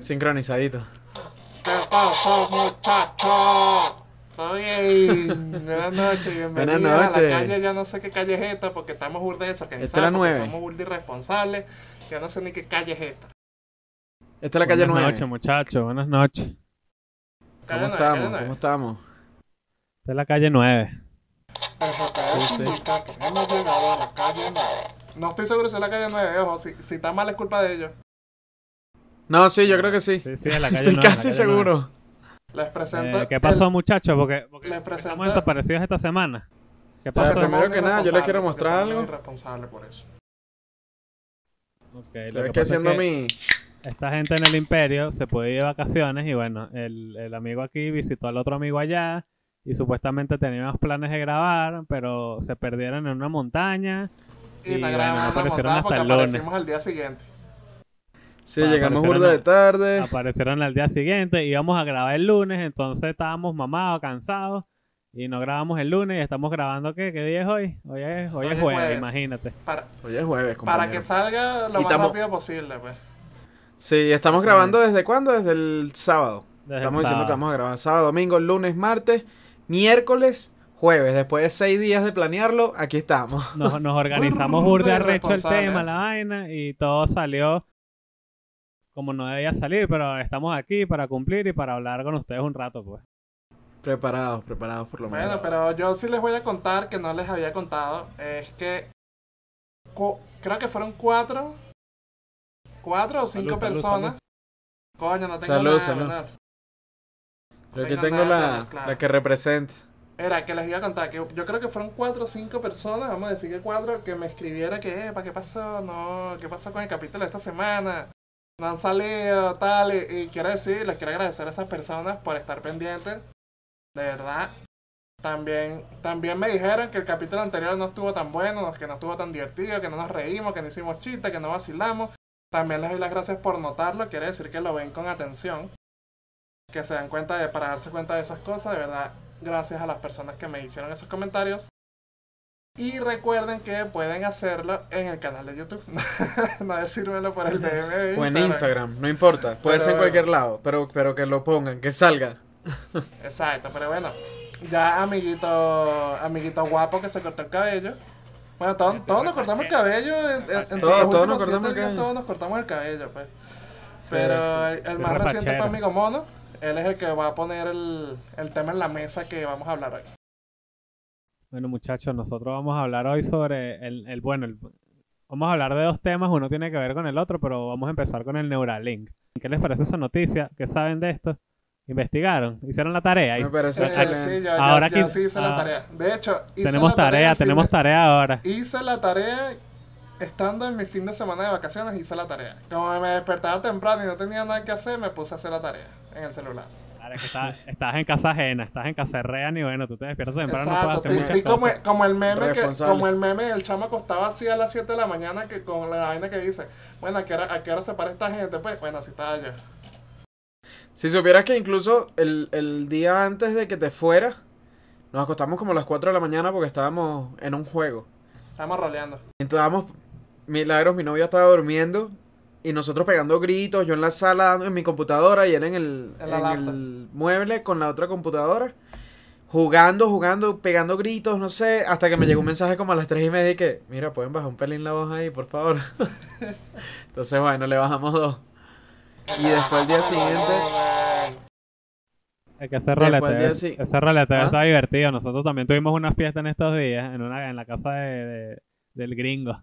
Sincronizadito. ¿Qué pasó, muchachos? Todo bien. Buenas noches, bienvenidos Buenas a la noches. calle. Ya no sé qué calle es esta porque estamos burda Esta es la desorganizados, porque 9. somos burda irresponsables. Ya no sé ni qué calle es esta. Esta es la calle Buenas 9. noches, muchachos. Buenas noches. Calle ¿Cómo 9, calle estamos? 9. ¿Cómo estamos? Esta es la calle 9. El GPS Sí, sí. indica que hemos llegado a la calle 9. No estoy seguro si es la calle 9, ojo. Si está mal es culpa de ellos. No, sí, yo creo que sí. Sí, es la calle Estoy 9. la casi calle seguro. Les presento. ¿Qué pasó, muchachos? Porque les presento- estamos desaparecidos esta semana. ¿Qué Pero pasó? primero que nada, yo les quiero Porque mostrar somos algo. irresponsables por eso. Ok, Yo lo es que que pasa es haciendo que mi... esta gente en el Imperio se puede ir de vacaciones y bueno, el amigo aquí visitó al otro amigo allá y supuestamente teníamos planes de grabar, pero se perdieron en una montaña. Y Y la bueno, grabamos no la aparecieron montada hasta porque el lunes. aparecimos al día siguiente. Sí, Bueno, llegamos aparecieron burda de a- tarde. Aparecieron al día siguiente, íbamos a grabar el lunes, entonces estábamos mamados, cansados y no grabamos el lunes y estamos grabando ¿qué día es hoy? Hoy es jueves, jueves. imagínate. Hoy es jueves, Para que compañero. salga lo Y más estamos- rápido posible, pues. Sí, estamos grabando ¿desde cuándo? Desde el sábado. Desde Estamos el diciendo que sábado. vamos a grabar sábado, domingo, lunes, martes, miércoles, jueves. Después de 6 días de planearlo, aquí estamos. Nos organizamos burda arrecho el Irresponsable, tema, ¿eh? la vaina y todo salió como no debía salir, pero estamos aquí para cumplir y para hablar con ustedes un rato, pues. Preparados por lo menos. Bueno, pero yo sí les voy a contar que no les había contado. Es que creo que fueron cuatro o cinco Salud, personas. Coño, no tengo Salud, nada, salud. ¿verdad? Yo aquí tengo tengo nada, la, claro. la que representa. Era que les iba a contar que yo creo que fueron 4 o 5 personas, vamos a decir que 4, que me escribiera que, ¿para qué pasó? No, ¿qué pasó con el capítulo de esta semana? No han salido, tal, y quiero decir, les quiero agradecer a esas personas por estar pendientes, de verdad. También me dijeron que el capítulo anterior no estuvo tan bueno, que no estuvo tan divertido, que no nos reímos, que no hicimos chistes, que no vacilamos. También les doy las gracias por notarlo, quiere decir que lo ven con atención, que se dan cuenta para darse cuenta de esas cosas, de verdad. Gracias a las personas que me hicieron esos comentarios. Y recuerden que pueden hacerlo en el canal de YouTube. No decírmelo por el DM de O en Instagram, no importa. Puede Pero ser en bueno. cualquier lado, pero que lo pongan, que salga. Exacto, pero bueno. Ya amiguito guapo que se cortó el cabello. Bueno, todos nos cortamos el cabello. Entre Todos los últimos nos cortamos 7 el días, cabello. todos nos cortamos el cabello, pues. Sí. Pero el más reciente repachero. fue Amigo Mono. Él es el que va a poner el tema en la mesa que vamos a hablar hoy. Bueno, muchachos, nosotros vamos a hablar hoy sobre vamos a hablar de dos temas, uno tiene que ver con el otro, pero vamos a empezar con el Neuralink. ¿Qué les parece esa noticia? ¿Qué saben de esto? ¿Investigaron? ¿Hicieron la tarea? Me parece Sí, excelente. yo Ahora yo que- sí hice la tarea. De hecho, hice tenemos la tarea el fin tenemos de- tarea ahora. Hice la tarea estando en mi fin de semana de vacaciones, hice la tarea. Como me despertaba temprano y no tenía nada que hacer, me puse a hacer la tarea en el celular. Claro, es que estás en casa ajena, estás en casa de Rean y bueno, tú te despiertas temprano, no puedes Exacto, hacer muchas estoy cosas. como el meme Responsable. como el meme del chamo acostado así a las 7 de la mañana que con la vaina que dice, bueno, ¿a qué hora se para esta gente? Pues bueno, así estaba yo. Si supieras que incluso el día antes de que te fueras, nos acostamos como a las 4 de la mañana porque estábamos en un juego. Estamos roleando. Entonces, Milagros, mi novia estaba durmiendo y nosotros pegando gritos, yo en la sala en mi computadora y él En la en laptop. el mueble con la otra computadora, jugando, pegando gritos, no sé, hasta que me llegó un mensaje como a las 3:30 y que, mira, pueden bajar un pelín la voz ahí, por favor. Entonces, bueno, le bajamos 2. Y después el día siguiente, Es que ese Después roleteo, el día sí- ese roleteo ¿Ah? está divertido. Nosotros también tuvimos una fiesta en estos días, en la casa del gringo.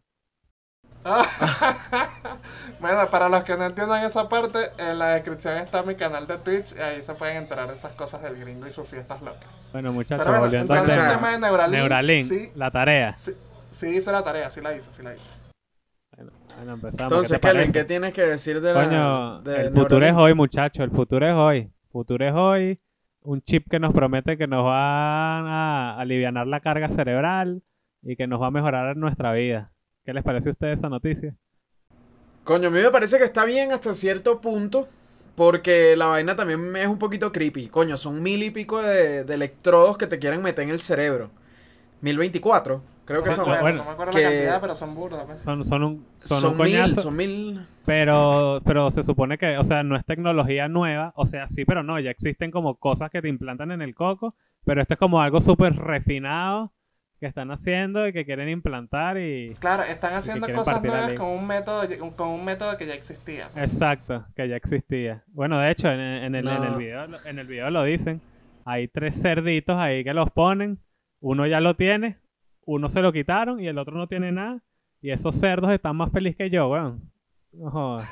Bueno, para los que no entiendan esa parte, en la descripción está mi canal de Twitch y ahí se pueden enterar de esas cosas del gringo y sus fiestas locas. Bueno, muchachos, Pero bueno, volviendo entrando al en el tema. tema de Neuralink, Neuralink, sí, la tarea. sí hice la tarea, sí la hice. Bueno, empezamos. entonces, ¿Qué te Kelvin, parece? ¿qué tienes que decir de Coño, de el futuro es Neuralink? hoy, muchachos. El futuro es hoy. Futuro es hoy. Un chip que nos promete que nos va a alivianar la carga cerebral y que nos va a mejorar nuestra vida. ¿Qué les parece a ustedes esa noticia? Coño, a mí me parece que está bien hasta cierto punto, porque la vaina también es un poquito creepy. Coño, son 1000 y pico de electrodos que te quieren meter en el cerebro. 1024. Creo que No me son. acuerdo, bueno, no me acuerdo que- la cantidad, pero son burdas, pues. Son un Son coñazo. son 1000. Pero se supone que, o sea, no es tecnología nueva, o sea, sí, pero no, ya existen como cosas que te implantan en el coco, pero esto es como algo súper refinado que están haciendo y que quieren implantar y... Claro, están haciendo quieren cosas partir la nuevas ley. con un método que ya existía. Exacto, que ya existía. Bueno, de hecho, en el No. video, en el video lo dicen, hay 3 cerditos ahí que los ponen, uno ya lo tiene, uno se lo quitaron y el otro no tiene nada, y esos cerdos están más felices que yo, weón. No jodas.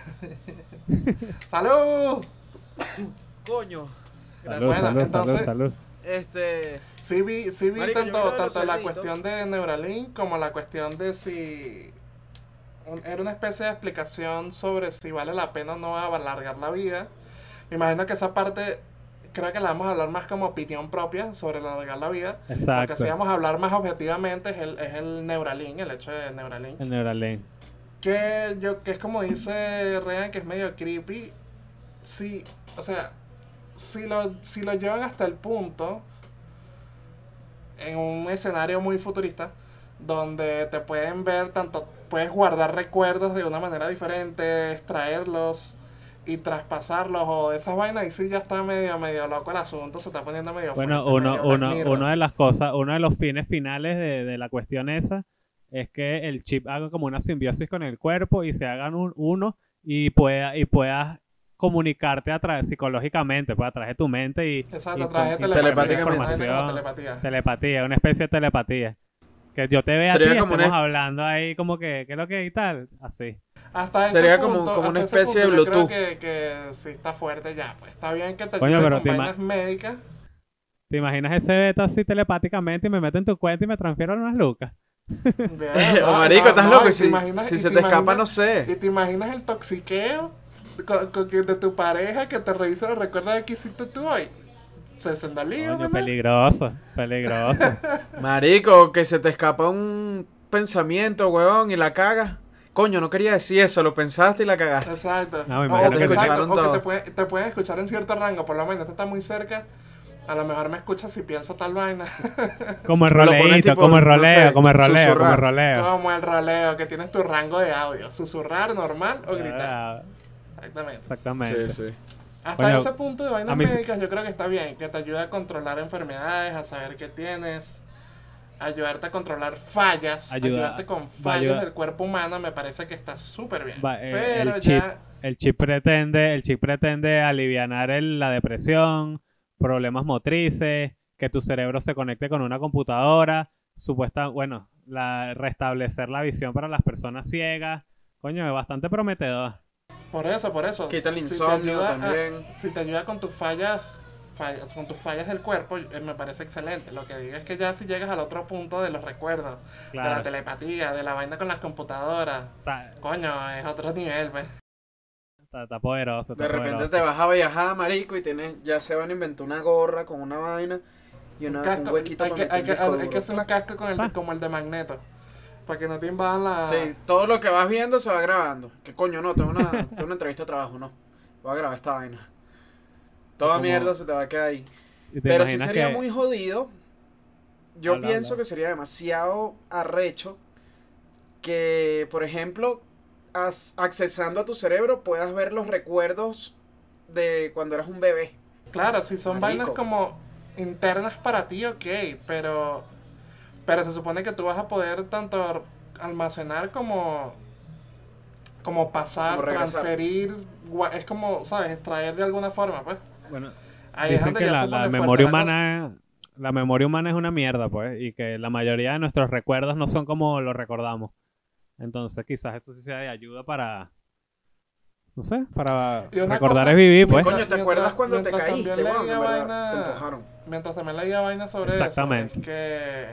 ¡Salud! Coño. Salud, Bueno, salud, entonces- salud. Sí vi Marico, yo vi lo de los tanto la cerditos. cuestión de Neuralink como la cuestión de si... Era una especie de explicación sobre si vale la pena o no alargar la vida. Me imagino que esa parte creo que la vamos a hablar más como opinión propia sobre el alargar la vida. Lo que Exacto. sí vamos a hablar más objetivamente es el Neuralink, el hecho de Neuralink. El Neuralink. Que es como dice Rean, que es medio creepy. Sí, o sea, si lo llevan hasta el punto, en un escenario muy futurista, donde te pueden ver tanto, puedes guardar recuerdos de una manera diferente, extraerlos y traspasarlos o de esas vainas, y sí ya está medio loco el asunto, se está poniendo medio Bueno, fuerte, medio Black Mirror. una de las cosas, uno de los fines finales de la cuestión esa es que el chip haga como una simbiosis con el cuerpo y se hagan uno y puedas comunicarte psicológicamente, pues a través de tu mente y Exacto, y a través de con- telepáticamente. información. telepatía, una especie de telepatía. Que yo te vea a ti Sería y como estemos una- hablando ahí como que, ¿qué es lo que y tal? Así. Hasta ese Sería punto, como una hasta ese especie de punto yo creo Bluetooth. que sí está fuerte ya, pues está bien que te Coño, ayude pero con te vainas médicas. ¿Te imaginas ese beta así telepáticamente y me meto en tu cuenta y me transfiero unas lucas? Bien, O marico, estás loco. y Y te imaginas- si y se te te escapa, imaginas- no ¿Y sé. te imaginas el toxiqueo de tu pareja que te revisa los recuerdos de qué hiciste tú hoy? Se lío, Coño, ¿no? peligroso, peligroso. Marico, que se te escapa un pensamiento, huevón, y la cagas. Coño, no quería decir eso, lo pensaste y la cagaste. Exacto. No, me O imagino que exacto, escucharon o que todo. te pueden escuchar en cierto rango, por lo menos este está muy cerca. A lo mejor me escuchas si pienso tal vaina. Como el Lo pones roleíto, tipo, como el no roleo, sé, como el roleo, como el susurrar. roleo. Como el roleo, que tienes tu rango de audio. Susurrar, normal o gritar. Ah, Exactamente. exactamente. Sí, sí. Hasta Coño, ese punto de vainas a mí sí- médicas yo creo que está bien, que te ayuda a controlar enfermedades, a saber qué tienes, ayudarte a controlar fallas, ayudarte con fallas ayudar. del cuerpo humano, me parece que está súper bien. Va, Pero el ya, El chip pretende alivianar la depresión, problemas motrices, que tu cerebro se conecte con una computadora, restablecer la visión para las personas ciegas. Coño, es bastante prometedor. por eso. Quita el si te insomnio ayuda también. si te ayuda con tus fallas del cuerpo, me parece excelente. Lo que digo es que ya si llegas al otro punto de los recuerdos, de la Claro. telepatía, de la vaina con las computadoras, coño, es otro nivel, pues. Está poderoso. De repente te vas a viajar, marico, y ya se van a inventar una gorra con una vaina y un Casco, huequito hay para que, hay, meter que, el disco hay que duro. hacer un casco como el de Magneto. Para que no te invadan la... Sí, todo lo que vas viendo se va grabando. ¿Qué coño? No, tengo una entrevista de trabajo, no. Voy a grabar esta vaina. Toda Como- mierda se te va a quedar ahí. ¿Y te Pero sí imaginas sería que- muy jodido. Yo Habla, pienso habla. que sería demasiado arrecho que, por ejemplo, accesando a tu cerebro puedas ver los recuerdos de cuando eras un bebé. Claro, si son Marico. vainas como internas para ti, ok, pero se supone que tú vas a poder tanto almacenar como pasar, Como regresar. transferir, es como, ¿sabes? Extraer de alguna forma, pues. Bueno, Ahí es dicen donde que ya se la pone memoria fuerte la cosa. humana, la memoria humana es una mierda, pues, y que la mayoría de nuestros recuerdos no son como los recordamos. Entonces, quizás eso sí sea de ayuda para, no sé, para Y una recordar cosa- es vivir, pues. Coño, ¿te Mientras- acuerdas cuando te mientras caíste, también weón? leía En verdad, vaina- te empujaron. Mientras también leía vaina sobre Exactamente. eso, es que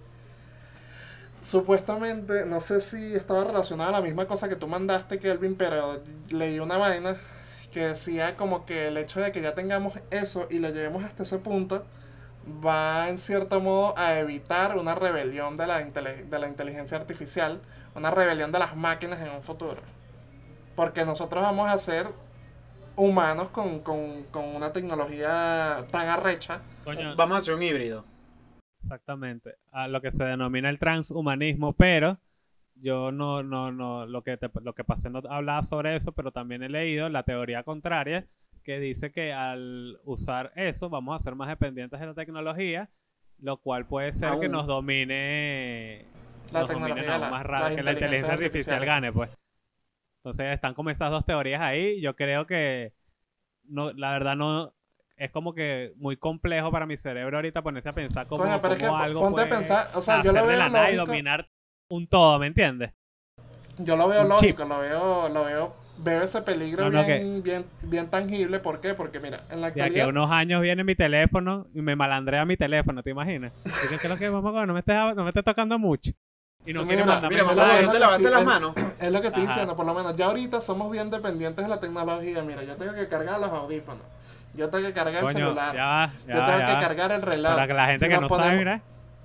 supuestamente, no sé si estaba relacionada a la misma cosa que tú mandaste, Kelvin, pero leí una vaina que decía como que el hecho de que ya tengamos eso y lo llevemos hasta ese punto va en cierto modo a evitar una rebelión de la inteligencia artificial, una rebelión de las máquinas en un futuro. Porque nosotros vamos a ser humanos con una tecnología tan arrecha. Coño, Vamos a hacer un híbrido. Exactamente, a lo que se denomina el transhumanismo, pero yo lo que pasé no hablaba sobre eso, pero también he leído la teoría contraria que dice que al usar eso vamos a ser más dependientes de la tecnología, lo cual puede ser que Aún. La nos domine tecnología, aún más las rápido, que la inteligencia inteligencias artificial artificiales. gane, pues. Entonces están como esas dos teorías ahí. Yo creo que no, la verdad no es como que muy complejo para mi cerebro ahorita ponerse a pensar Coño, pero es que cómo algo ponte a puede pensar, o sea, yo lo hacer de veo la nada y lógico, dominar un todo, ¿me entiendes? yo lo veo Un chip. lógico, veo ese peligro No, no, que bien tangible. ¿Por qué? Porque mira, en la de aquí a actualidad, unos años viene mi teléfono y me malandrea mi teléfono, ¿te imaginas? Dice, ¿qué es lo que mamá? No me estés tocando mucho. Y no quiere mira, mandarme Mira, es mamá, lo, es ¿no lo te que lavaste las estoy, manos? es lo que estoy Ajá. diciendo, por lo menos. Ya ahorita somos bien dependientes de la tecnología. Mira, yo tengo que cargar los audífonos, yo tengo que cargar el Coño, celular, ya va, ya yo va, tengo ya que va. cargar el reloj. Para que la gente Si que nos no sabe, ponemos, mira,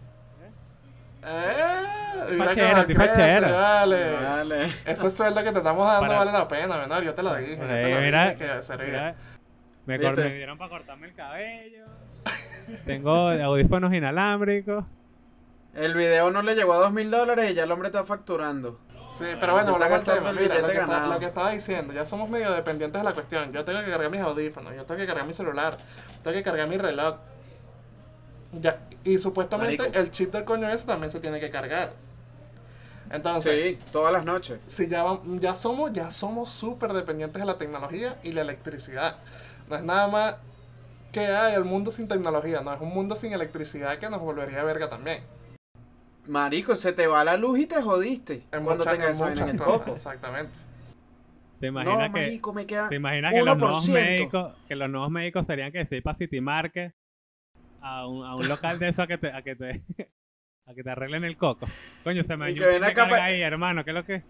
mira fachero, cómo estoy crece, fachero. vale. Vale. Ese sueldo que te estamos dando Para, vale la pena, menor. Yo te lo dije, mira, que servía. mira, me ¿Viste? dieron para cortarme el cabello. Tengo audífonos inalámbricos. El video no le llegó a $2.000 y ya el hombre está facturando. Sí, pero bueno, Ya está volvamos al gastando tema. el Mira, billete ganado. lo que estaba diciendo, ya somos medio dependientes de la cuestión. Yo tengo que cargar mis audífonos, yo tengo que cargar mi celular, tengo que cargar mi reloj. Ya, y supuestamente Marico. el chip del coño ese también se tiene que cargar. Entonces, Sí, todas las noches. si ya somos súper dependientes de la tecnología y la electricidad. No es nada más que hay el mundo sin tecnología, no es un mundo sin electricidad que nos volvería verga también. Marico, se te va la luz y te jodiste cuando tengas esa vaina en el cosas, coco. exactamente. ¿Te No, imaginas que, marico, me queda te imaginas que los nuevos 1%. médicos serían que se para City Market a un local de eso a que te arreglen el coco? Coño, se me Y que dañó ven un acá carga ahí, hermano, ¿qué es lo que?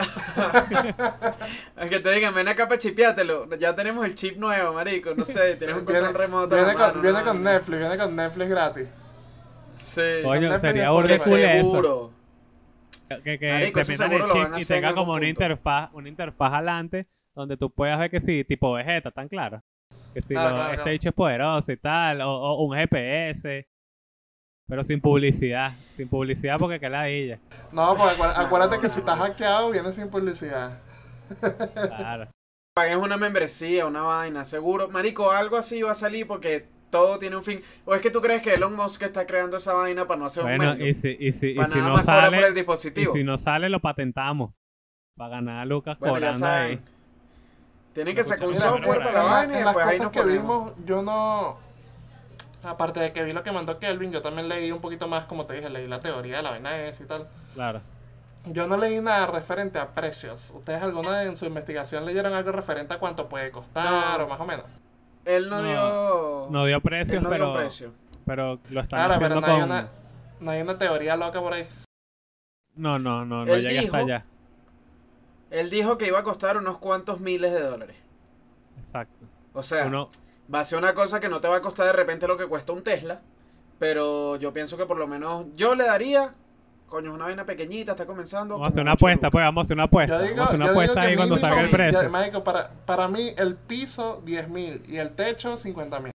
A que te digan, ven acá para chipeátelo. Ya tenemos el chip nuevo, marico. No sé, tienes un control remoto. en la mano, Viene no, con no. Netflix, viene con Netflix gratis. Sí. Coño, Netflix sería es burda de porque cool eso. Seguro. Que Marico, te eso metan seguro el lo chip van a y hacer en tenga algún como punto. una interfaz adelante donde tú puedas ver que sí, tipo Vegeta, ¿tan claro? Que si Claro, este claro. bicho es poderoso y tal, o un GPS, pero sin publicidad porque que ladilla. No, pues acuérdate No, que no, si estás marico. hackeado viene sin publicidad. Claro. Pagues una membresía, una vaina, seguro. Marico, algo así va a salir porque todo tiene un fin. ¿O es que tú crees que Elon Musk está creando esa vaina para no hacer un Bueno, medio? y si Para nada no más cobrar por el sale, y dispositivo. si no sale lo patentamos. Para ganar a Lucas Bueno, ya cobrando ahí. saben. Tienen que sacar un Mira, software para la en vaina y las después ahí cosas nos que ponemos. vimos, yo no... Aparte de que vi lo que mandó Kelvin, yo también leí un poquito más, como te dije, leí la teoría de la vaina esa y tal. Claro. Yo no leí nada referente a precios. ¿Ustedes alguna vez en su investigación leyeron algo referente a cuánto puede costar No. o más o menos? Él no, No, dio. No dio Él precios, no dio pero, un precio. pero lo están Claro, pero haciendo no hay una teoría loca por ahí. No Él llegué hasta dijo- allá. Él dijo que iba a costar unos cuantos miles de dólares. Exacto. O sea, Uno, va a ser una cosa que no te va a costar de repente lo que cuesta un Tesla. Pero yo pienso que por lo menos yo le daría. Coño, es una vaina pequeñita, está comenzando. vamos a hacer como una 8 apuesta, lucas. pues vamos a hacer una apuesta. Vamos a hacer una apuesta ahí cuando salga el precio. Marico, para mí el piso 10.000 y el techo 50.000.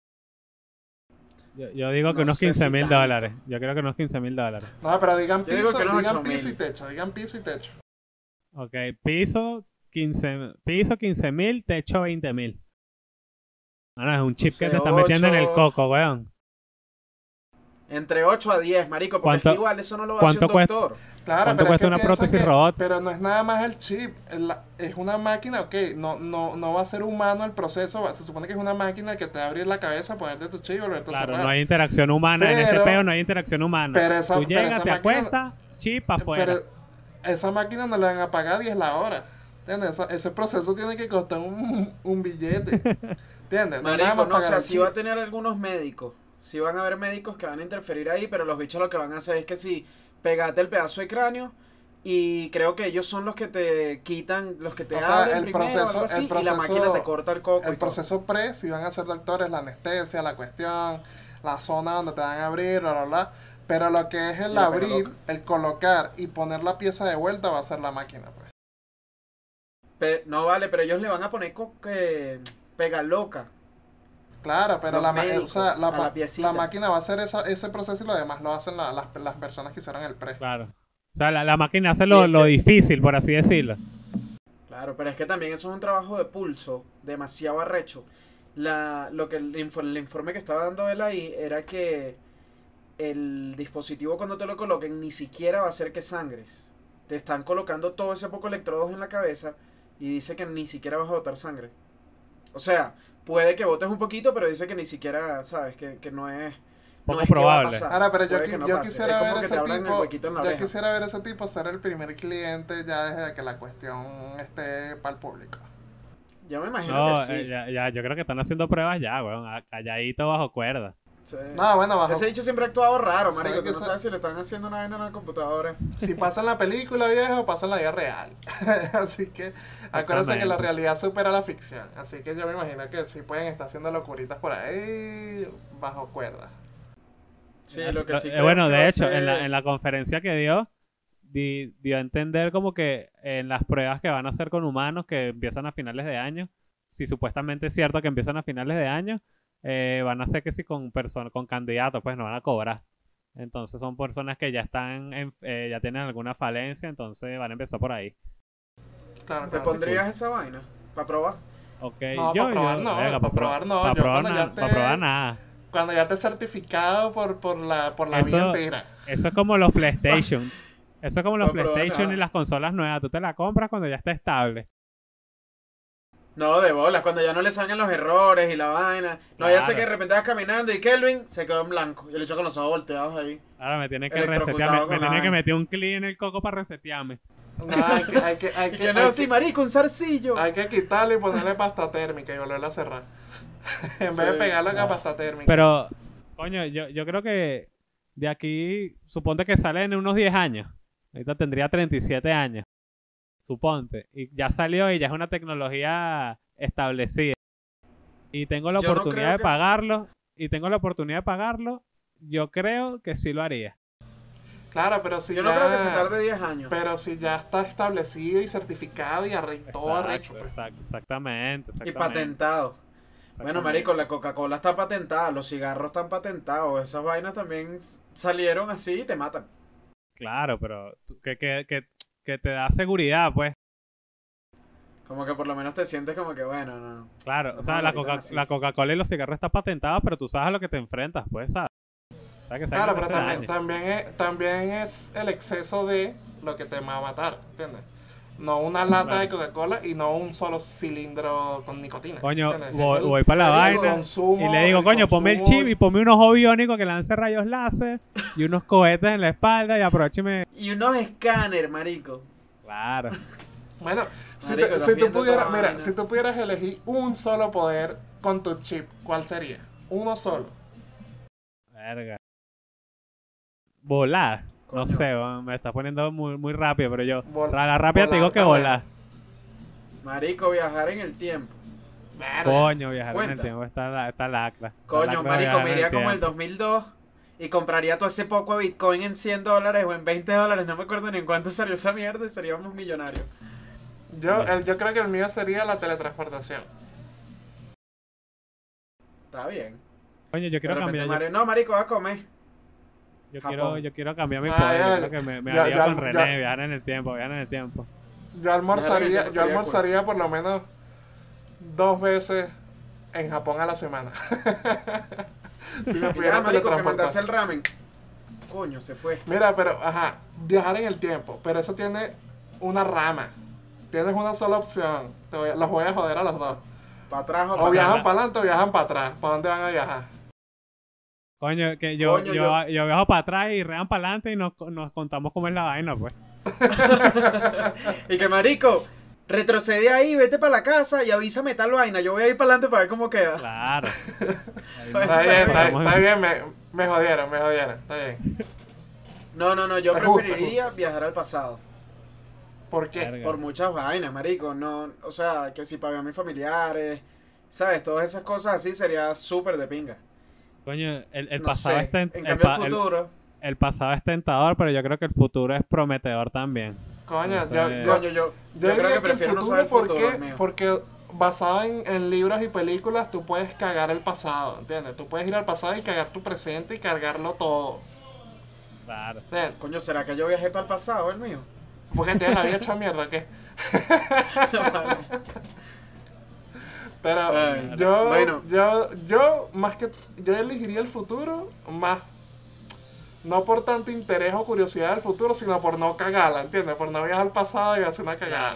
Yo digo que No unos sé si $15,000. tanto. Yo creo que unos $15,000. No, pero digan Yo digo piso, que unos digan 8.000. piso y techo, digan piso y techo. Ok, piso 15,000, techo 20,000. Ah, no, es un chip No sé, que te estás metiendo en el 8. coco, weón. Entre 8 a 10, marico, porque es ¿Cuánto- que igual eso no lo va a hacer un cuánto cuesta? doctor. Claro, ¿Cuánto pero es cuesta que una piensa prótesis que- robot? Pero no es nada más el chip, es una máquina, ok, no va a ser humano el proceso, se supone que es una máquina que te va a abrir la cabeza, ponerte tu chip y volverte a Claro, cerrar. no hay interacción humana. En este Pero- peo no hay interacción humana. pero esa- Tú pero llegas, esa te máquina- acuestas, chip afuera. Pero esa máquina no le van a pagar 10 la hora. ¿Entiendes? Ese proceso tiene que costar un billete. ¿Entiendes? No le Marico, van a no, o pagar sea, el sí chip. va a tener algunos médicos. Sí van a haber médicos que van a interferir ahí, pero los bichos lo que van a hacer es que si pegate el pedazo de cráneo y creo que ellos son los que te quitan, los que te O sea, abren el primero, proceso- algo así, el y la proceso- máquina te corta el coco y El todo. proceso pre, si van a ser doctores, la anestesia, la cuestión, la zona donde te van a abrir, bla, bla, bla. Pero lo que es el Y la pega abrir, loca. el colocar y poner la pieza de vuelta va a ser la máquina, pues. No vale, pero ellos le van a poner pega loca. Claro, pero Los o médicos, sea, a la piecita. la máquina va a hacer ese proceso y lo demás lo hacen las personas que hicieron el pre. Claro. O sea, la máquina hace Y lo, es lo que, difícil, por así decirlo. claro, pero es que también eso es un trabajo de pulso demasiado arrecho. Lo que el informe que estaba dando él ahí era que el dispositivo cuando te lo coloquen ni siquiera va a hacer que sangres. Te están colocando todo ese poco electrodos en la cabeza y dice que ni siquiera vas a botar sangre. O sea, puede que botes un poquito, pero dice que ni siquiera, ¿sabes? Que no es, no Poco es que va a probable. pasar. Ahora, pero Puede que no yo pase. Es quisiera como ver que te ese abran el tipo, huequito en la yo oreja. quisiera ver ese tipo ser el primer cliente ya desde que la cuestión esté para el público. Yo me imagino No, que sí. yo creo que están haciendo pruebas ya, weón. Calladito bajo cuerda. Sí. No, bueno, bajo, Ese bicho siempre ha actuado raro, ¿sabe marico. que Tú no sabes si le están haciendo una vaina en la computadora. si pasa en la película, viejo, pasa en la vida real. Así que acuérdense que la realidad supera la ficción. Así que yo me imagino que sí pueden estar haciendo locuritas por ahí bajo cuerda. Sí, lo que sí creo Bueno, que va de a hecho, ser- en la conferencia que dio, dio a entender como que en las pruebas que van a hacer con humanos que empiezan a finales de año, si supuestamente es cierto que empiezan a finales de año, van a hacer que si con con candidatos, pues no van a cobrar. Entonces son personas que ya están, ya tienen alguna falencia, entonces van a empezar por ahí. Claro, ¿Te claro. pondrías esa vaina para probar? Ok, No, para probar no, venga, para probar no. para Yo probar, cuando ya para probar nada. Cuando ya esté certificado por la vida Eso, entera. eso es como los PlayStation. Eso es como los Pa' probar PlayStation nada. y las consolas nuevas. Tú te la compras cuando ya está estable. No, de bolas, cuando ya no le salgan los errores y la vaina. No, ya sé Claro. que de repente vas caminando y Kelvin se quedó en blanco. Y el hecho con los ojos volteados ahí. Ahora me tiene que Electrocutado resetear. con Me la tiene que vaina. meter un clic en el coco para resetearme. No, hay Y que, que no, sí, marico, un zarcillo. hay que quitarle y ponerle pasta térmica y volverla a cerrar. En Sí, vez de pegarle no. con pasta térmica. Pero, coño, yo creo que de aquí, suponte que sale en unos 10 años. Ahorita tendría 37 años. Suponte. Y ya salió y ya es una tecnología establecida. Y tengo la Yo no oportunidad creo de que pagarlo. Y tengo la oportunidad de pagarlo. Yo creo que sí lo haría. Claro, pero si Yo ya... no creo que se tarde 10 años. Pero si ya está establecido y certificado y todo arrecho, pues. Exactamente. Y patentado. Bueno, marico, la Coca-Cola está patentada, los cigarros están patentados, esas vainas también salieron así y te matan. Claro, pero que te da seguridad, pues. Como que por lo menos te sientes como que, bueno, no. Claro, No o sea, me la lo quitan así. Coca-Cola y los cigarros están patentados, pero tú sabes a lo que te enfrentas, pues, ¿sabes? ¿Sabes que esa Claro, vaina pero hace daño? también es el exceso de lo que te va a matar, ¿entiendes? No una lata de Coca-Cola y no un solo cilindro con nicotina. Coño, ¿entiendes? voy para la Marico, vaina consumo, y le digo, el coño, ponme el consumo. chip y ponme unos ojos biónicos que lance rayos láser y unos cohetes en la espalda y aprovecheme. Y unos escáner, marico. Claro. Bueno, Marico, estás si tú viendo pudieras, toda mira, vaina. si tú pudieras elegir un solo poder con tu chip, ¿cuál sería? Uno solo. Verga. Volar. Coño. No sé, me está poniendo muy rápido, pero yo. Vol- A la rápida te volar digo que está volar. Marico, viajar en el tiempo. Verga. Coño, viajar en el Cuenta. tiempo. Está lacra. Está Coño, lacra marico, viajar me en iría como el tiempo. 2002 y compraría todo ese poco de Bitcoin en $100 o en $20. No me acuerdo ni en cuánto salió esa mierda y seríamos millonarios. Yo creo que el mío sería la teletransportación. Está bien. Coño, yo quiero De repente cambiar. Mario, no, marico, va a comer. Japón. Yo quiero cambiar mi Ah, poder. ya, Yo creo que me ya, haría ya, con ya. René, viajar en el tiempo. Yo Viajar almorzaría, en el tiempo sería por lo menos 2 veces en Japón a la semana. Si me Ya, pudiera marico, que teletransportar. mandase el ramen. Coño, se fue. Mira, pero, viajar en el tiempo, pero eso tiene una rama. Tienes una sola opción. Los voy a joder a los dos. Para atrás o O para viajan atrás. para adelante o viajan para atrás. ¿Para dónde van a viajar? Coño, que Coño, yo viajo para atrás y rean para adelante y nos contamos cómo es la vaina, pues. Y que, marico, retrocede ahí, vete para la casa y avísame tal vaina. Yo voy a ir para adelante para ver cómo queda. Claro. Pues Está eso bien, se ve. está bien, me jodieron, está bien. No, yo Es justo, preferiría viajar al pasado. ¿Por qué? Verga. Por muchas vainas, marico. No, o sea, que si para ver a mis familiares, ¿sabes? Todas esas cosas así sería súper de pinga. Coño, el No pasado sé. está En cambio, el futuro. el pasado es tentador, pero yo creo que el futuro es prometedor también. Coño, No sé. yo Coño, yo creo diría que el prefiero no saber el ¿por futuro, qué? mío. Porque basado en libros y películas, tú puedes cagar el pasado, ¿entiendes? Tú puedes ir al pasado y cagar tu presente y cargarlo todo. Claro. ¿Entiendes? Coño, ¿será que yo viajé para el pasado, el mío? Porque tienes la vida hecha mierda, ¿qué? Pero Ay, yo, bueno. yo más que yo elegiría el futuro más no por tanto interés o curiosidad del futuro, sino por no cagarla, ¿entiendes? Por no viajar al pasado y hacer una cagada.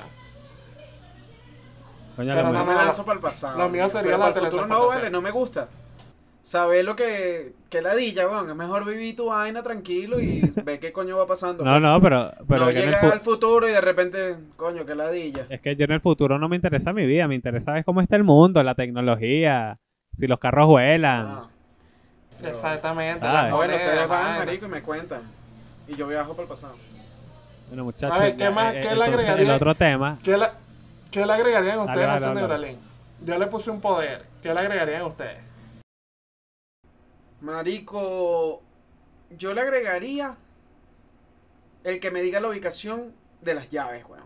Coño, Pero lo No mejor- me no, lanzo para el pasado. lo mío sería pero la para el futuro no teletransportación. vale, no me gusta. Saber lo que ladilla, weón. Es mejor vivir tu vaina tranquilo y ver qué coño va pasando. No, no, pero No es que en el llegas al futuro y de repente, coño, que ladilla. es que yo en el futuro no me interesa mi vida, me interesa es cómo está el mundo, la tecnología, si los carros vuelan. Ah, Exactamente. Ah, las bueno, monedas, ustedes van, vaina. marico, y me cuentan. Y yo viajo para el pasado. Bueno, muchachos, A ver, ¿qué ya, más- qué le entonces, agregaría? el otro tema, ¿Qué le agregarían ustedes Dale, a ese dale, dale. Neuralink? Yo le puse un poder. ¿Qué le agregarían ustedes? Marico, yo le agregaría el que me diga la ubicación de las llaves, weón.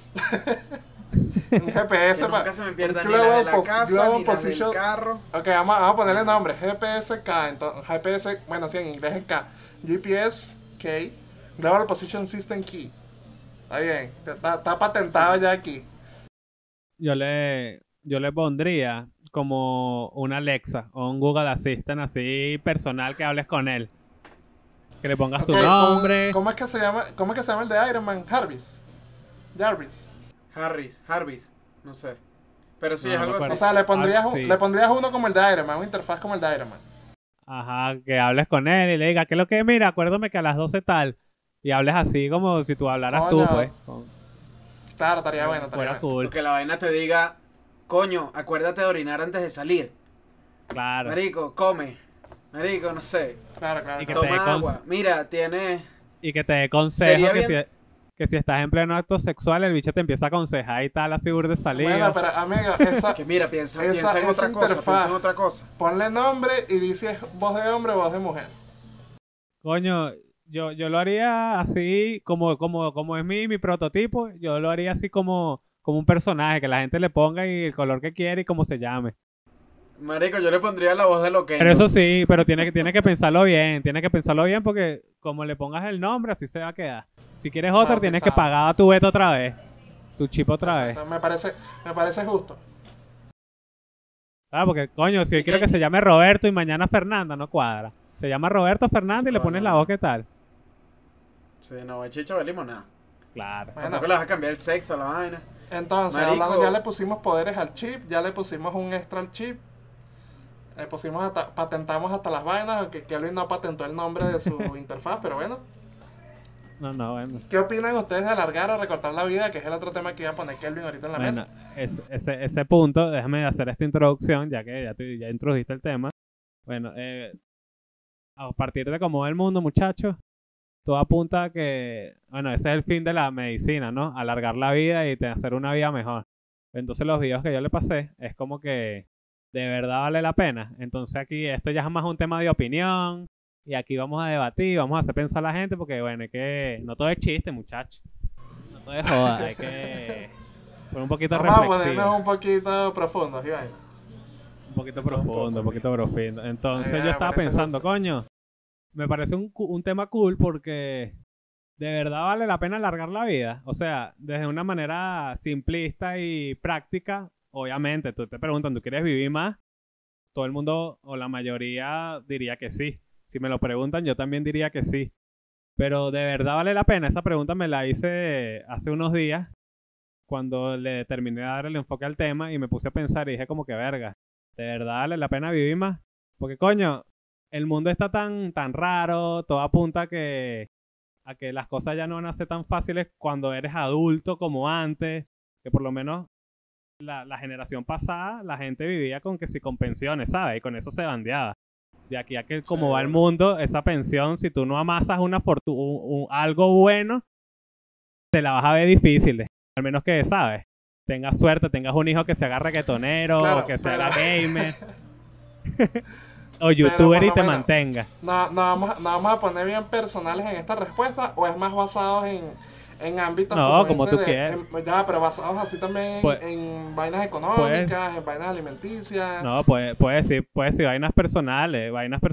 Un GPS Que para... nunca se me pierda un ni las de la global casa, global ni las del position- carro. Ok, vamos a ponerle nombre. GPS-K. Entonces, GPS, bueno, sí, en inglés es K. GPS-K. Global Position System Key. Está bien. Está patentado Sí. ya aquí. yo le pondría como un Alexa o un Google Assistant así personal que hables con él. Que le pongas tu Ok, nombre. ¿cómo es que se llama? ¿Cómo es que se llama el de Iron Man? Jarvis. Harris, no sé. Pero sí, No, es no algo me así. O sea, le pondrías, sí. le pondrías uno como el de Iron Man, una interfaz como el de Iron Man. Ajá, que hables con él y le digas, ¿qué es lo que? Mira, acuérdame que a las 12 tal. Y hables así como si tú hablaras tú, Coño, pues. Claro, estaría bueno, estaría Fuera bueno. cool. Que la vaina te diga, coño, acuérdate de orinar antes de salir. Claro. Marico, come. Marico, no sé. Claro, claro. Y que claro. te dé Toma cons- agua. Mira, tienes... Y que te dé consejo Sería que bien. que si estás en pleno acto sexual, el bicho te empieza a aconsejar y tal, así de salir. Bueno, pero amigo, esa, Que mira, piensa Esa- en esa otra cosa, interfaz. piensa en otra cosa. ponle nombre y dices voz de hombre o voz de mujer. Coño, yo lo haría así como es mi prototipo, yo lo haría así como un personaje, que la gente le ponga y el color que quiere y cómo se llame. Marico, yo le pondría la voz de lo que... Pero eso sí, pero tiene que pensarlo bien porque como le pongas el nombre, así se va a quedar. Si quieres otro, Claro, tienes que exacto. pagar tu beta otra vez, tu chip otra vez. Exacto, me parece justo. Ah, porque coño, si yo ¿Y quiero qué? que se llame Roberto y mañana Fernanda, no cuadra. Se llama Roberto Fernanda y le Coño, pones la no. voz, ¿qué tal? Sí, no, el chicha ve limonada. Claro. Bueno, Tampoco le vas a cambiar el sexo a la vaina. entonces, Marico. hablando, ya le pusimos poderes al chip, ya le pusimos un extra al chip. Le pusimos patentamos hasta las vainas, aunque Kelvin no patentó el nombre de su interfaz, pero bueno. No, bueno. ¿Qué opinan ustedes de alargar o recortar la vida? Que es el otro tema que iba a poner Kelvin ahorita en la Bueno, mesa. ese punto, déjame hacer esta introducción, ya que ya introdujiste el tema. Bueno, a partir de cómo va el mundo, muchachos, todo apunta a que, bueno, ese es el fin de la medicina, ¿no? Alargar la vida y hacer una vida mejor. Entonces los videos que yo le pasé es como que de verdad vale la pena. Entonces aquí esto ya es más un tema de opinión y aquí vamos a debatir, vamos a hacer pensar a la gente porque, bueno, es que no todo es chiste, muchachos. No todo es joda, hay que poner un poquito Vamos a reflexivo. ponernos un poquito profundos, y vaina. Un poquito profundo, un poquito profundo. Entonces Ay, yo estaba parece pensando, justo. coño, me parece un tema cool porque de verdad vale la pena alargar la vida. O sea, desde una manera simplista y práctica, obviamente, tú te preguntas, ¿tú quieres vivir más? Todo el mundo o la mayoría diría que sí. Si me lo preguntan, yo también diría que sí. Pero de verdad vale la pena. Esa pregunta me la hice hace unos días cuando le terminé de dar el enfoque al tema y me puse a pensar y dije como que verga, ¿de verdad vale la pena vivir más? Porque coño, el mundo está tan raro, todo apunta a que las cosas ya no van a ser tan fáciles cuando eres adulto como antes, que por lo menos la generación pasada, la gente vivía con que si con pensiones, ¿sabes? Y con eso se bandeaba. De aquí a que como Sí, va el bueno. mundo, esa pensión, si tú no amasas una algo bueno, te la vas a ver difícil. Al menos que, ¿sabes? Tengas suerte, tengas un hijo que se haga reggaetonero, Claro, o que se pero- haga gamer, o youtuber por y lo te menos- mantenga. No vamos a poner bien personales en esta respuesta, o es más basado en ámbitos No, como como ese tú quieras. ya, pero basados así también Pues- en vainas económicas, en vainas alimenticias. No, puedes decir vainas personales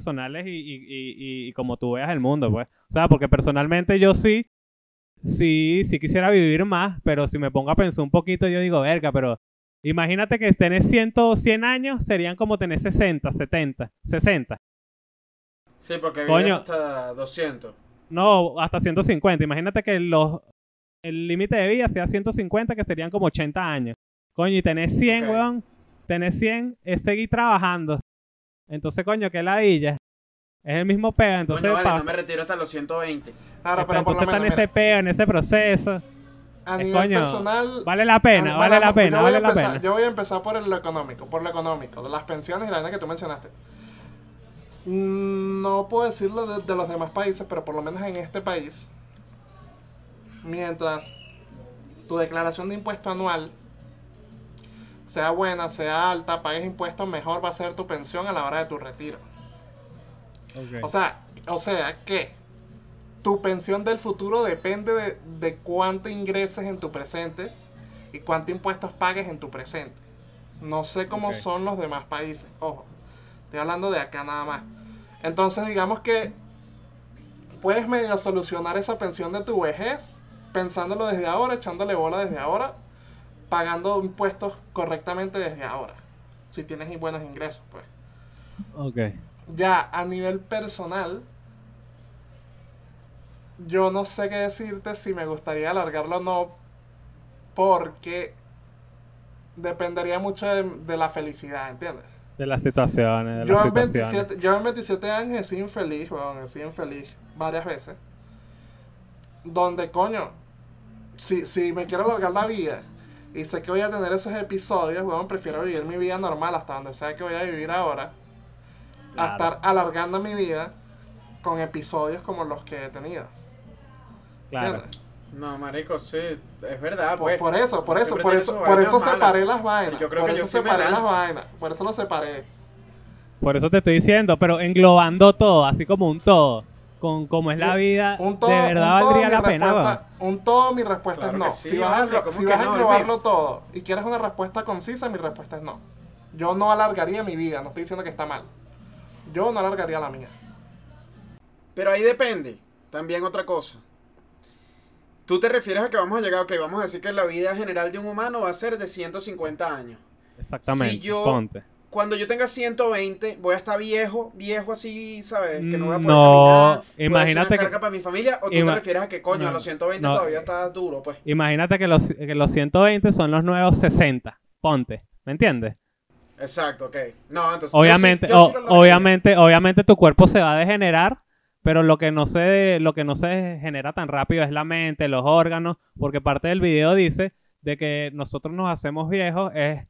y como tú veas el mundo, pues. O sea, porque personalmente yo sí quisiera vivir más, pero si me pongo a pensar un poquito, yo digo, verga, pero imagínate que tener 100 años serían como tener 60, 70, 60. Sí, porque Coño. vives hasta 200. No, hasta 150. Imagínate que el límite de vida sea 150, que serían como 80 años. Coño, y tener 100, Ok. weón, tener 100 es seguir trabajando. Entonces, coño, qué ladilla. Es el mismo peo, entonces, Coño, vale, no me retiro hasta los 120. Claro, pero por lo entonces está en menos, ese peo, en ese proceso. a nivel coño, personal... Vale la pena, vale la pena, vale la pena. Yo voy a empezar por lo económico, de las pensiones y la vaina que tú mencionaste. No puedo decirlo de los demás países, pero por lo menos en este país, mientras tu declaración de impuesto anual sea buena, sea alta, pagues impuestos, mejor va a ser tu pensión a la hora de tu retiro. Ok. O sea que tu pensión del futuro depende de cuánto ingreses en tu presente y cuánto impuestos pagues en tu presente. No sé cómo Ok. son los demás países. Ojo, estoy hablando de acá nada más. Entonces digamos que puedes medio solucionar esa pensión de tu vejez pensándolo desde ahora, echándole bola desde ahora, pagando impuestos correctamente desde ahora. Si tienes buenos ingresos, pues. Ok. Ya a nivel personal, yo no sé qué decirte si me gustaría alargarlo o no, porque dependería mucho de la felicidad, ¿entiendes? De las situaciones, de Yo las en, situaciones. 27, yo en 27 años he sido infeliz, weón, he sido infeliz varias veces. Donde, coño, si me quiero alargar la vida y sé que voy a tener esos episodios, weón, prefiero vivir mi vida normal hasta donde sea que voy a vivir ahora, a Claro. estar alargando mi vida con episodios como los que he tenido. Claro. ¿Entiendes? No, marico, sí, es verdad, Por, pues. por eso Siempre tiene sus por vainas eso malas. separé las vainas. Yo creo Por que yo eso sí me separé las lanzo. vainas. Por eso lo separé. Por eso te estoy diciendo, pero englobando todo, así como un todo, con cómo es la vida, Un todo, de verdad un todo, valdría mi la pena, weón. respuesta, un todo, mi respuesta Claro es no. que sí, si vas, vale, ¿cómo si que vas a no, englobarlo todo y quieres una respuesta concisa, mi respuesta es no. Yo no alargaría mi vida, no estoy diciendo que está mal. Yo no alargaría la mía. Pero ahí depende. También otra cosa. Tú te refieres a que vamos a llegar, ok, vamos a decir que la vida general de un humano va a ser de 150 años. Exactamente, Si yo- ponte. Cuando yo tenga 120, voy a estar viejo así, ¿sabes? Que no voy a poder No, caminar. Voy a imagínate hacer una que- carga para mi familia. ¿O tú te ima- refieres a que, coño, no, a los 120 no. todavía está duro, pues? Imagínate que los 120 son los nuevos 60, ponte, ¿me entiendes? Exacto, ok. No, entonces. Obviamente, yo sí lo alargaría. obviamente tu cuerpo se va a degenerar, pero lo que no se genera tan rápido es la mente, los órganos, porque parte del video dice de que nosotros nos hacemos viejos es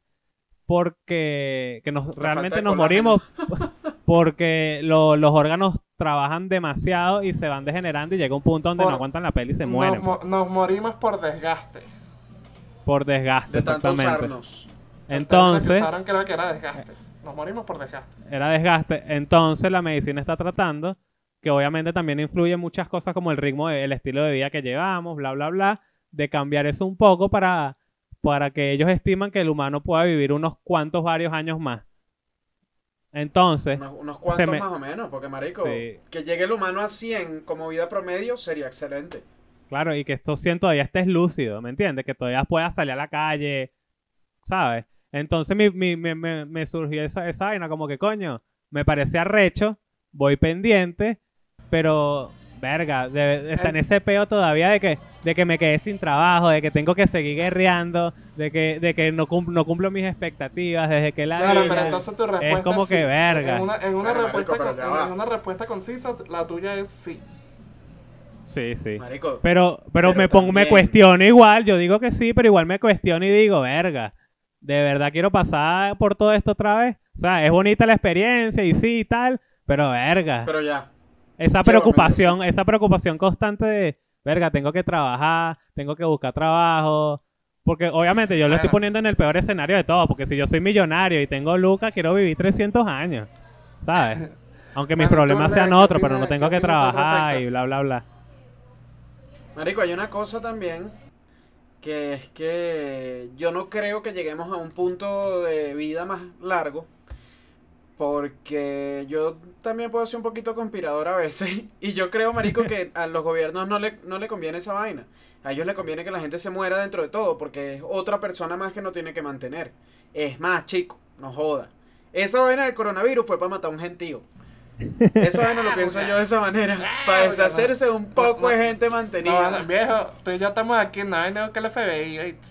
porque realmente de nos colágeno. morimos porque los órganos trabajan demasiado y se van degenerando y llega un punto donde Por- no aguantan la peli y se mueren Nos morimos por desgaste. por desgaste, De tanto exactamente. usarnos. El término que Entonces, usaron creo que era desgaste. Nos morimos por desgaste. era desgaste. Entonces la medicina está tratando, que obviamente también influye en muchas cosas como el ritmo, el estilo de vida que llevamos, bla, bla, bla, de cambiar eso un poco para que ellos estiman que el humano pueda vivir unos cuantos, varios años más. Entonces, Unos cuantos me- más o menos, porque, marico, Sí. que llegue el humano a 100 como vida promedio sería excelente. claro, y que esto todavía estés lúcido, ¿me entiendes? Que todavía puedas salir a la calle, ¿sabes? Entonces me surgió esa vaina como que, coño, me parece arrecho, voy pendiente, pero, verga, está en ese peo todavía de que me quedé sin trabajo, de que tengo que seguir guerreando, de que no cumplo mis expectativas, desde que la Claro, vida- pero entonces tu respuesta es como sí. que verga. En una Bueno, marico, respuesta, pero ya va. en una respuesta concisa, la tuya es sí. Sí, sí. Marico, Pero Pero me también- cuestiono igual, yo digo que sí, pero igual me cuestiono y digo, verga, ¿de verdad quiero pasar por todo esto otra vez? O sea, es bonita la experiencia y sí y tal, pero verga. pero ya. Esa quiero preocupación constante de, verga, tengo que trabajar, tengo que buscar trabajo. Porque obviamente yo lo estoy Bueno. poniendo en el peor escenario de todo, porque si yo soy millonario y tengo lucas, quiero vivir 300 años, ¿sabes? Aunque mis Bueno, problemas ¿tú, sean qué otros, pero opinas- no tengo qué que opinas tú al trabajar respecto? y bla, bla, bla. Marico, hay una cosa también, que es que yo no creo que lleguemos a un punto de vida más largo, porque yo también puedo ser un poquito conspirador a veces, y yo creo, marico, que a los gobiernos no le conviene esa vaina. A ellos les conviene que la gente se muera dentro de todo, porque es otra persona más que no tiene que mantener. Es más, chico, no joda. Esa vaina del coronavirus fue para matar a un gentío. Esa vaina lo pienso yo de esa manera, para deshacerse un poco de gente mantenida. No, viejo, tú y yo estamos aquí, no hay nada que el FBI, ¿oíste?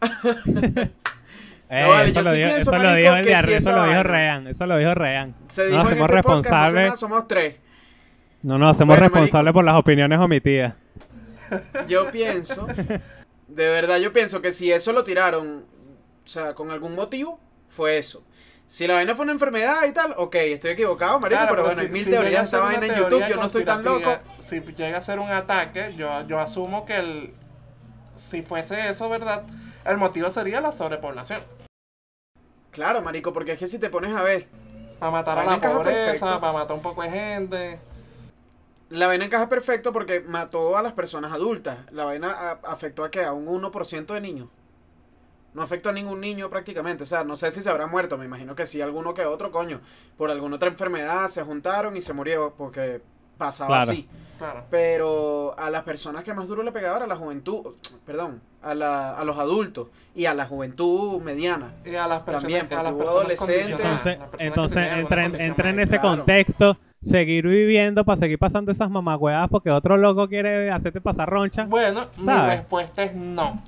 No, vale, eso yo lo sí dijo, pienso, eso lo marico, dijo el que diario, sí eso esa lo dijo vaina. Rean, eso lo dijo Rean. Se dijo Nos en hacemos este podcast, no somos responsables, nada, somos tres. no nos hacemos Bueno, responsables por las opiniones omitidas. Yo pienso, de verdad yo pienso que si eso lo tiraron, o sea, con algún motivo, fue eso. Si la vaina fue una enfermedad y tal, ok, estoy equivocado, marico, Claro, pero bueno, hay mil llega teorías a de esa ser una vaina en teoría YouTube, yo no estoy tan loco. conspirativa, si llega a ser un ataque, yo asumo que si fuese eso, ¿verdad? El motivo sería la sobrepoblación. Claro, marico, porque es que si te pones a ver, Para matar a Vaina la encaja pobreza, perfecto. para matar un poco de gente. la vaina encaja perfecto porque mató a las personas adultas. La vaina afectó a que a un 1% de niños. No afectó a ningún niño prácticamente. O sea, no sé si se habrá muerto. Me imagino que sí, alguno que otro, coño. Por alguna otra enfermedad se juntaron y se murió porque pasaba Claro. así. Claro. Pero a las personas que más duro le pegaban a la juventud, perdón, a los adultos y a la juventud mediana. Y a las personas, También, porque a las hubo personas adolescentes. condicionadas, Entonces, las personas que entonces tenían alguna condición entra en médica. ese Claro. contexto, seguir viviendo para seguir pasando esas mamagüeadas porque otro loco quiere hacerte pasar roncha. Bueno, mi ¿Sabes? respuesta es no.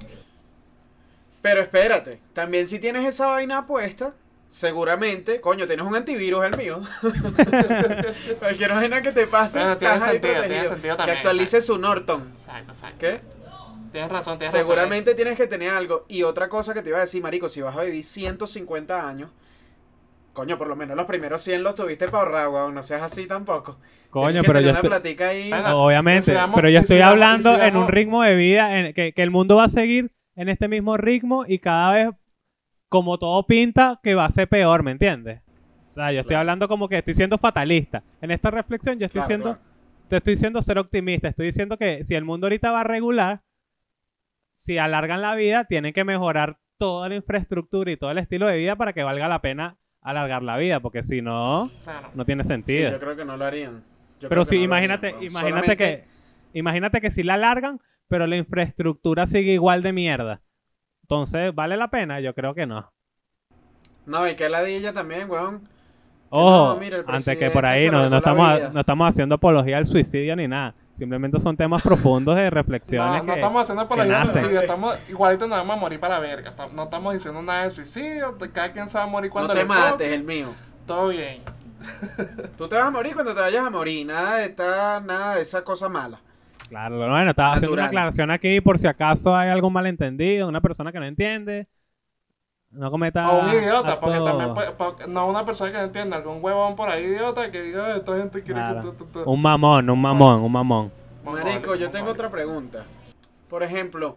Pero espérate, también si tienes esa vaina puesta, seguramente, coño, tienes un antivirus el mío. Cualquier vaina que te pase, Bueno, tiene estás ahí sentido, tiene protegido. sentido Que también, actualice su Norton. Exacto, exacto. ¿Qué? Tienes razón, tienes Seguramente tienes que tener algo. Y otra cosa que te iba a decir, marico, si vas a vivir 150 años, coño, por lo menos los primeros 100 los tuviste para ahorrar, weón, no seas así tampoco. Coño, Tienes que pero tener yo una estoy, platica ahí. Bueno, obviamente, y si vamos- pero yo y si estoy vamos- hablando y si en un vamos- ritmo de vida que el mundo va a seguir en este mismo ritmo y cada vez, como todo pinta, que va a ser peor, ¿me entiendes? O sea, yo estoy Claro. hablando como que estoy siendo fatalista. En esta reflexión yo estoy Claro, siendo, claro. te estoy diciendo ser optimista. Estoy diciendo que si el mundo ahorita va a regular, si alargan la vida, tienen que mejorar toda la infraestructura y todo el estilo de vida para que valga la pena alargar la vida, porque si no, Claro. no tiene Sí, sentido. yo creo que no lo harían. Yo Pero creo que sí, no lo imagínate, harían, weón. imagínate Solamente- imagínate que si la alargan, pero la infraestructura sigue igual de mierda. Entonces, ¿vale la pena? Yo creo que no. No, y que ladilla también, weón. Ojo, no, mira, el antes que por presidente ahí se no arregló la estamos, vida. no estamos haciendo apología al suicidio ni nada. Simplemente son temas profundos de No, reflexiones no que... estamos haciendo por la que vida del nacen. suicidio, estamos igualito nos vamos a morir para la verga. No estamos diciendo nada de suicidio, cada quien se va a morir No cuando te le mates, toque. el mío. Todo bien. Tú te vas a morir cuando te vayas a morir. Nada de esa cosa mala. Claro, bueno, estaba haciendo una Natural. aclaración aquí por si acaso hay algún malentendido, una persona que no entiende. No cometa O un idiota, porque actos- también no una persona que no entienda, algún huevón por ahí idiota que diga, esta gente quiere Claro. que... Un mamón, un mamón, un mamón. Marico, yo tengo otra pregunta. Por ejemplo,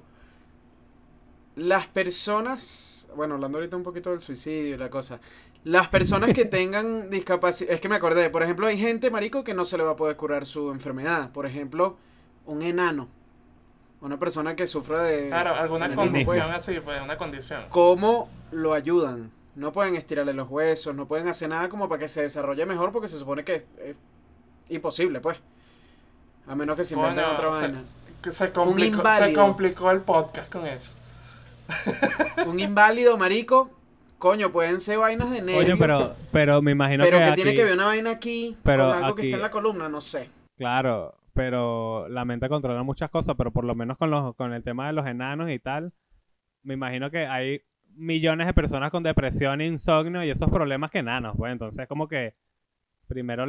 las personas, bueno, hablando ahorita un poquito del suicidio y la cosa, las personas que tengan discapacidad, es que me acordé, por ejemplo, hay gente, marico, que no se le va a poder curar su enfermedad. Por ejemplo, un enano, una persona que sufra de Claro, alguna enanismo, pues. condición así, pues, una condición. ¿Cómo lo ayudan? No pueden estirarle los huesos, no pueden hacer nada como para que se desarrolle mejor porque se supone que es imposible, pues. A menos que se inventen Coño, otra vaina. Que se complicó inválido. el podcast con eso. Un inválido, marico, coño, pueden ser vainas de nervios. Oye, pero me imagino pero que que tiene aquí- que ver una vaina aquí pero con algo que aquí- está en la columna, no sé. Claro, pero la mente controla muchas cosas, pero por lo menos con el tema de los enanos y tal, me imagino que hay millones de personas con depresión, insomnio y esos problemas que enanos, pues entonces como que primero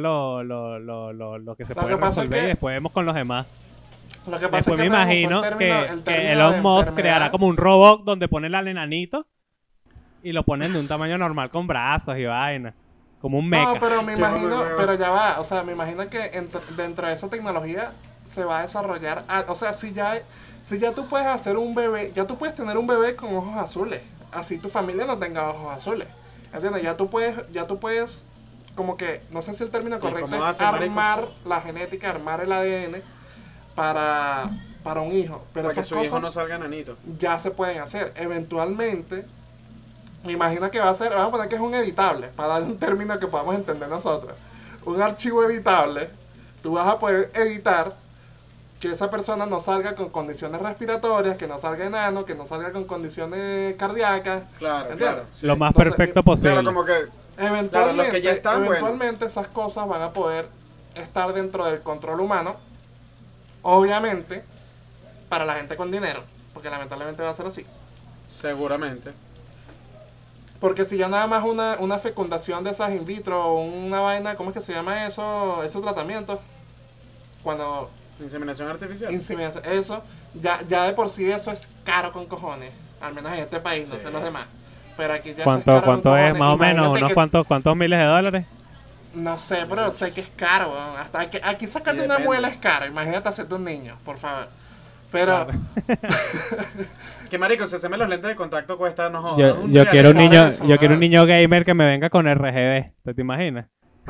lo que se Lo puede que pasa es resolver que- y después vemos con los demás. Lo que pasa Después es que me rehusó imagino el que término Elon de Musk enfermedad. creará como un robot donde ponen al enanito y lo ponen de un tamaño normal con brazos y vaina, como un mecha. No, pero me Yo imagino, no veo. pero ya va, o sea, me imagino que dentro de esa tecnología se va a desarrollar, o sea, si ya tú puedes hacer un bebé, ya tú puedes tener un bebé con ojos azules, así tu familia no tenga ojos azules, ¿entiendes? Ya tú puedes, como que, no sé si el término ¿Y correcto cómo es hace, marico? armar la genética, armar el ADN para para un hijo. Pero Para que esas su hijo cosas no salga enanito. ya se pueden hacer. Eventualmente, me imagino que va a ser, vamos a poner que es un editable, para darle un término que podamos entender nosotros. Un archivo editable, tú vas a poder editar que esa persona no salga con condiciones respiratorias, que no salga enano, que no salga con condiciones cardíacas. Claro, ¿entiendes? claro. Sí. Lo más Entonces, perfecto posible. Claro, como que Eventualmente, Claro, los que ya están, eventualmente esas cosas van a poder estar dentro del control humano. Obviamente, para la gente con dinero, porque lamentablemente va a ser así. seguramente. Porque si ya nada más una fecundación de esas in vitro o una vaina, ¿cómo es que se llama eso? Ese tratamiento. Cuando Inseminación artificial. inseminación, eso, ya de por sí eso es caro con cojones. Al menos en este país, no Sí. sé los demás. Pero aquí ya ¿Cuánto, eso es caro cuánto con es? cojones. Más o menos, Imagínate unos que- cuantos miles de dólares. No sé, pero sé que es caro, weón. Hasta aquí sacarte Y una depende. muela es caro. Imagínate hacerte un niño, por favor. Pero, Claro. Que marico, si haceme los lentes de contacto cuesta, no jodas. Yo, un yo real. quiero un niño, eso, yo quiero un ¿verdad? niño gamer que me venga con RGB. ¿Te imaginas?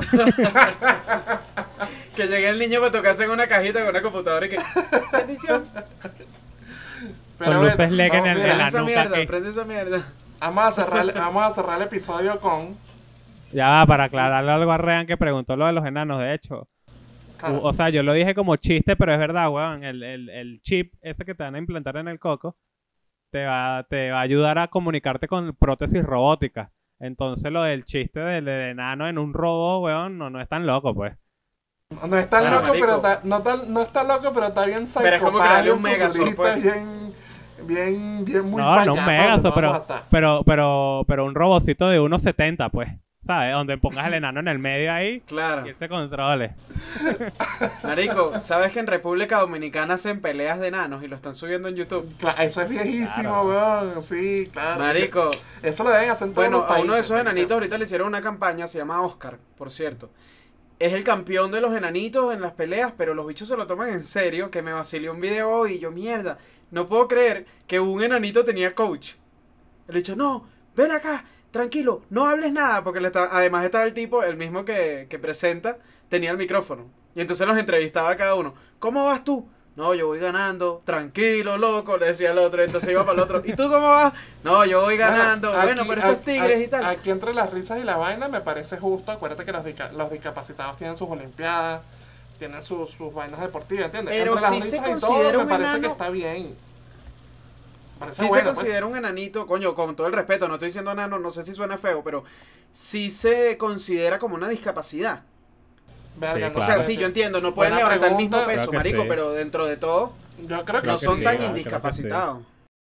Que llegue el niño para tocarse en una cajita con una computadora y que... Bendición. pero Con luces LED en vamos, el- mira, la Prende esa nuca mierda, aquí. prende esa mierda. vamos a cerrar el episodio con... Ya va, para aclararle algo a Rean que preguntó lo de los enanos, de hecho. claro, O sea, yo lo dije como chiste, pero es verdad, weón. El chip ese que te van a implantar en el coco te va a ayudar a comunicarte con prótesis robótica. Entonces lo del chiste del enano en un robot, weón, no es tan loco, pues. no está Claro, loco, pero marico. no está loco, pero está bien Pero es como crearle un psicopático, Megazord, futurista, pues. bien muy No, para no allá, un para Megazord, donde vamos a estar. pero un robocito de 1.70, pues. ¿Sabes? Donde pongas el enano en el medio ahí Claro. y él se controle. Marico, ¿sabes que en República Dominicana hacen peleas de enanos y lo están subiendo en YouTube? Eso es viejísimo, Claro. weón. Sí, claro. Marico, Eso lo deben hacer en todos bueno, los a países. uno de esos para que enanitos ahorita le hicieron una campaña, se llama Oscar, por cierto. Es el campeón de los enanitos en las peleas, pero los bichos se lo toman en serio, que me vacilé un video hoy y yo, mierda, no puedo creer que un enanito tenía coach. Le he dicho, no, ven acá, tranquilo, no hables nada, porque además estaba el tipo, el mismo que presenta, tenía el micrófono. Y entonces los entrevistaba a cada uno. ¿Cómo vas tú? No, yo voy ganando, tranquilo, loco, le decía al otro, entonces iba para el otro. ¿Y tú cómo vas? No, yo voy ganando, bueno, aquí- pero estos tigres y tal. Aquí entre las risas y la vaina me parece justo. Acuérdate que los discapacitados tienen sus olimpiadas, tienen sus vainas deportivas, ¿entiendes? Pero entre sí las se risas y considera todo, un me parece que enano. está bien. Parece Sí bueno, se pues. considera un enanito, coño, con todo el respeto, no estoy diciendo enano, no sé si suena feo, pero sí se considera como una discapacidad. Verga, Sí, no O sea, sé. sí, yo entiendo, no pueden Buena levantar el mismo pregunta. peso, Creo que marico, sí. pero dentro de todo Yo creo que no Creo sí. que son sí, tan creo que sí. indiscapacitados.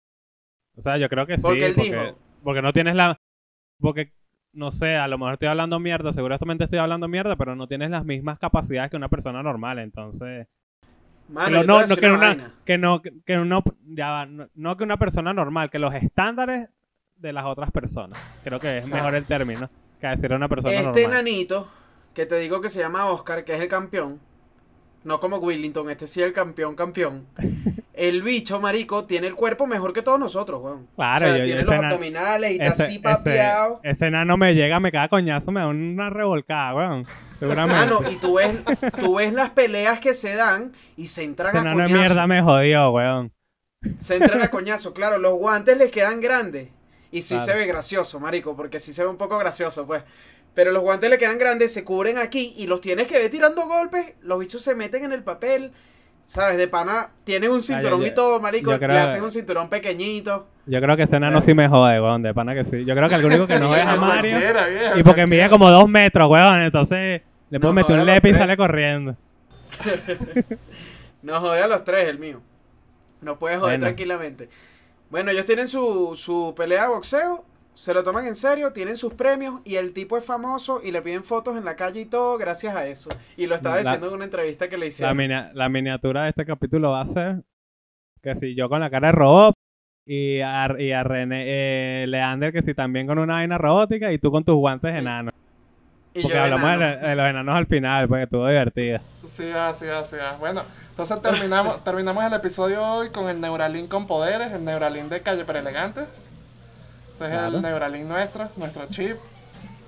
O sea, yo creo que sí, Porque él dijo. porque no tienes la... Porque, no sé, a lo mejor estoy hablando mierda, seguramente estoy hablando mierda, pero no tienes las mismas capacidades que una persona normal, entonces... Mano, yo Pero te voy a no, decir que una una, vaina. que uno, ya va, no que una persona normal, que los estándares de las otras personas. Creo que es Sí. mejor el término que decir a una persona Este normal. enanito, que te digo que se llama Oscar, que es el campeón, no como Willington, este sí es el campeón. El bicho, marico, tiene el cuerpo mejor que todos nosotros, weón. Claro, o sea, yo tiene los ese abdominales y está así papeado. ese enano me llega, me caga coñazo, me da una revolcada, weón. Seguramente. Mano, y tú ves las peleas que se dan y se entran Ese a enano de coñazo. mierda me jodió, weón. Se entran a coñazo, claro, los guantes les quedan grandes. Y sí Claro. se ve gracioso, marico, porque sí se ve un poco gracioso, pues. Pero los guantes le quedan grandes, se cubren aquí y los tienes que ver tirando golpes. Los bichos se meten en el papel, ¿sabes? De pana, tienen un cinturón yo- y todo, marico. yo creo- Le hacen un cinturón pequeñito. Yo creo que ese enano sí me jode, weón, de pana que sí. Yo creo que el único que no Sí, es a no, Mario. Cualquiera, viejo, Y porque mide cualquiera. como 2 metros, weón, entonces le puedo No, meter un joder, lepe y los sale corriendo. No jode a los tres, el mío. No puedes joder Bueno. tranquilamente. Bueno, ellos tienen su pelea de boxeo, se lo toman en serio, tienen sus premios y el tipo es famoso y le piden fotos en la calle y todo gracias a eso. Y lo estaba La- diciendo en una entrevista que le La, hicieron. la miniatura de este capítulo va a ser que si yo con la cara de robot y a René, Leander que si también con una vaina robótica y tú con tus guantes enanos. Y Porque yo hablamos enano. de los enanos al final, porque estuvo divertido. Sí va. Bueno, entonces terminamos el episodio hoy con el Neuralink con poderes, el Neuralink de Calle Pero Elegante. Ese es Claro. el Neuralink nuestro chip.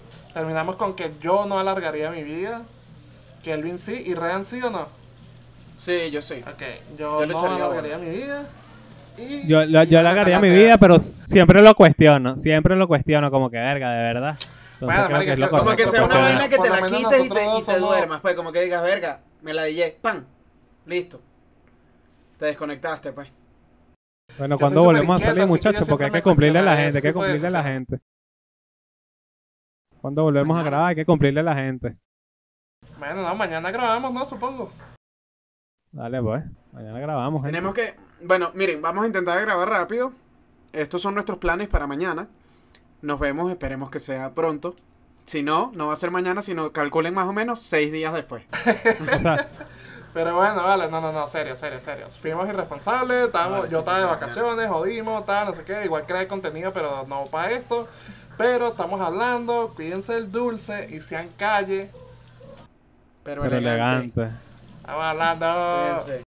Terminamos con que yo no alargaría mi vida, que Elvin sí, y Rean sí o no. Sí, yo sí. Ok, Yo yo le no echaría alargaría mi vida. Y, Yo y le agarraría mi vida, pero siempre lo cuestiono, como que verga, de verdad. Entonces Bueno, creo que marica, es lo que- Como que correcto. sea una Por lo vaina que te la menos quites y nosotros dos te somos- duermas, pues, como que digas, verga, me la dije, ¡pam! Listo. Te desconectaste, pues. Bueno, Yo cuando soy volvemos a superinquieto, salir, así que yo muchachos, porque hay siempre que me cumplirle a la cuestionaré gente, hay ese que tipo de cumplirle a la decisiones. gente. Cuando volvemos a Mañana. grabar, hay que cumplirle a la gente. Bueno, no, mañana grabamos, ¿no? Supongo. Dale, pues. Mañana grabamos, gente. Tenemos que... Bueno, miren, vamos a intentar grabar rápido. Estos son nuestros planes para mañana. Nos vemos, esperemos que sea pronto. Si no, no va a ser mañana, sino calculen más o menos 6 días después. O sea, Pero bueno, vale, no, serio. Fuimos irresponsables, Vale, yo sí, estaba sí, de sí, vacaciones, jodimos, tal, no sé qué, igual crear contenido, pero no para esto. Pero estamos hablando, cuídense el dulce y sean calle. Pero pero elegante. elegante. Estamos hablando. Cuídense.